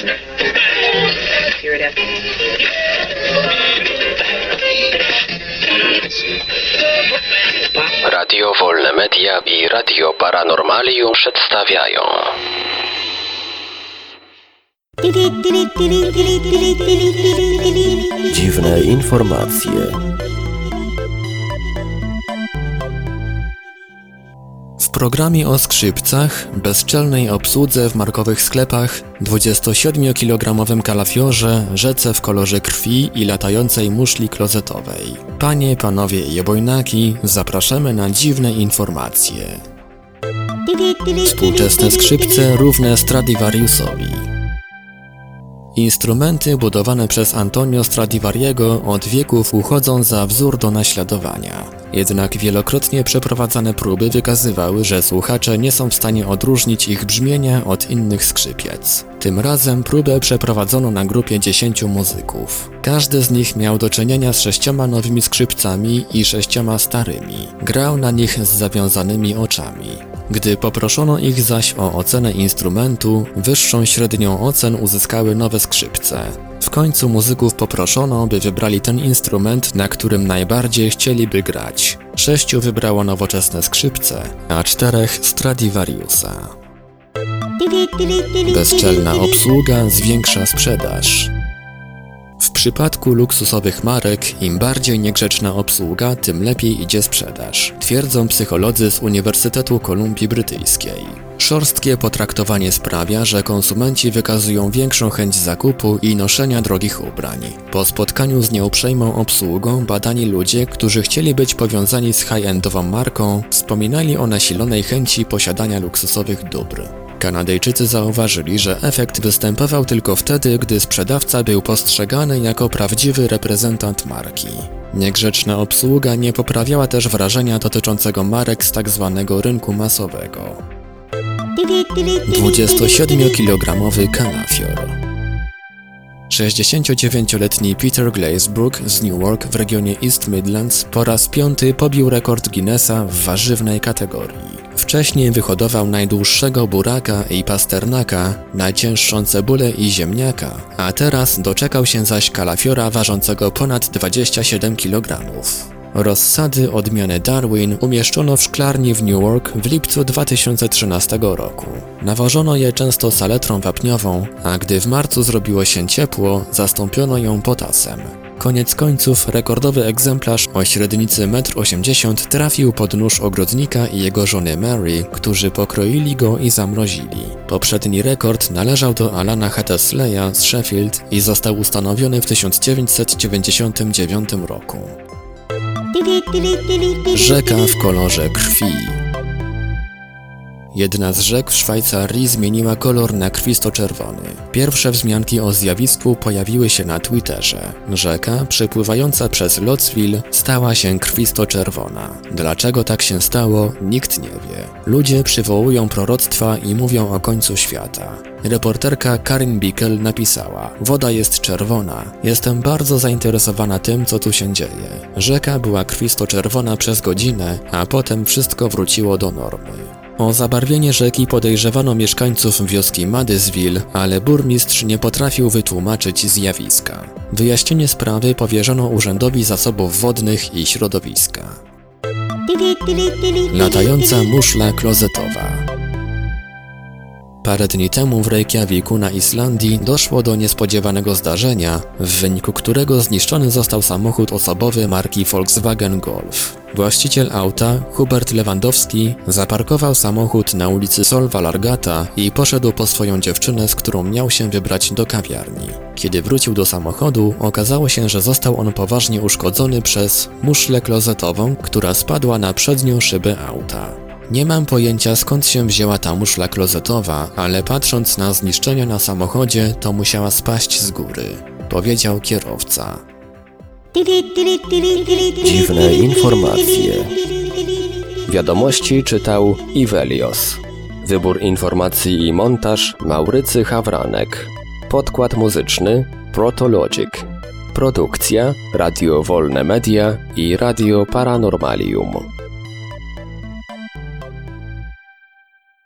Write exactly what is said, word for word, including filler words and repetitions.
Radio Wolne Media i Radio Paranormalium przedstawiają dziwne informacje. W programie o skrzypcach, bezczelnej obsłudze w markowych sklepach, dwudziestosiedmiokilogramowym kalafiorze, rzece w kolorze krwi i latającej muszli klozetowej. Panie, panowie i obojnaki, zapraszamy na dziwne informacje. Współczesne skrzypce równe Stradivariusowi. Instrumenty budowane przez Antonio Stradivariego od wieków uchodzą za wzór do naśladowania. Jednak wielokrotnie przeprowadzane próby wykazywały, że słuchacze nie są w stanie odróżnić ich brzmienia od innych skrzypiec. Tym razem próbę przeprowadzono na grupie dziesięciu muzyków. Każdy z nich miał do czynienia z sześcioma nowymi skrzypcami i sześcioma starymi. Grał na nich z zawiązanymi oczami. Gdy poproszono ich zaś o ocenę instrumentu, wyższą średnią ocen uzyskały nowe skrzypce. W końcu muzyków poproszono, by wybrali ten instrument, na którym najbardziej chcieliby grać. Sześciu wybrało nowoczesne skrzypce, a czterech Stradivariusa. Bezczelna obsługa zwiększa sprzedaż. W przypadku luksusowych marek, im bardziej niegrzeczna obsługa, tym lepiej idzie sprzedaż, twierdzą psycholodzy z Uniwersytetu Kolumbii Brytyjskiej. Szorstkie potraktowanie sprawia, że konsumenci wykazują większą chęć zakupu i noszenia drogich ubrań. Po spotkaniu z nieuprzejmą obsługą, badani ludzie, którzy chcieli być powiązani z high-endową marką, wspominali o nasilonej chęci posiadania luksusowych dóbr. Kanadyjczycy zauważyli, że efekt występował tylko wtedy, gdy sprzedawca był postrzegany jako prawdziwy reprezentant marki. Niegrzeczna obsługa nie poprawiała też wrażenia dotyczącego marek z tzw. rynku masowego. dwudziestosiedmiokilogramowy kalafior. sześćdziesięciodziewięcioletni Peter Glazebrook z Newark w regionie East Midlands po raz piąty pobił rekord Guinnessa w warzywnej kategorii. Wcześniej wyhodował najdłuższego buraka i pasternaka, najcięższą cebulę i ziemniaka, a teraz doczekał się zaś kalafiora ważącego ponad dwadzieścia siedem kilogramów. Rozsady odmiany Darwin umieszczono w szklarni w Newark w lipcu dwa tysiące trzynastego roku. Nawożono je często saletrą wapniową, a gdy w marcu zrobiło się ciepło, zastąpiono ją potasem. Koniec końców rekordowy egzemplarz o średnicy jeden osiemdziesiąt metra trafił pod nóż ogrodnika i jego żony Mary, którzy pokroili go i zamrozili. Poprzedni rekord należał do Alana Hattesley'a z Sheffield i został ustanowiony w tysiąc dziewięćset dziewięćdziesiątym dziewiątym roku. Rzeka w kolorze krwi. Jedna z rzek w Szwajcarii zmieniła kolor na krwisto-czerwony. Pierwsze wzmianki o zjawisku pojawiły się na Twitterze. Rzeka, przepływająca przez Lotsville, stała się krwisto-czerwona. Dlaczego tak się stało, nikt nie wie. Ludzie przywołują proroctwa i mówią o końcu świata. Reporterka Karin Bickel napisała: woda jest czerwona. Jestem bardzo zainteresowana tym, co tu się dzieje. Rzeka była krwisto-czerwona przez godzinę, a potem wszystko wróciło do normy. O zabarwienie rzeki podejrzewano mieszkańców wioski Madysville, ale burmistrz nie potrafił wytłumaczyć zjawiska. Wyjaśnienie sprawy powierzono Urzędowi Zasobów Wodnych i Środowiska. Latająca muszla klozetowa. Parę dni temu w Reykjaviku na Islandii doszło do niespodziewanego zdarzenia, w wyniku którego zniszczony został samochód osobowy marki Volkswagen Golf. Właściciel auta, Hubert Lewandowski, zaparkował samochód na ulicy Solva Largata i poszedł po swoją dziewczynę, z którą miał się wybrać do kawiarni. Kiedy wrócił do samochodu, okazało się, że został on poważnie uszkodzony przez muszlę klozetową, która spadła na przednią szybę auta. Nie mam pojęcia, skąd się wzięła ta muszla klozetowa, ale patrząc na zniszczenia na samochodzie, to musiała spaść z góry, powiedział kierowca. Dziwne informacje. Wiadomości czytał Ivelios. Wybór informacji i montaż Maurycy Hawranek. Podkład muzyczny Protologic. Produkcja Radio Wolne Media i Radio Paranormalium.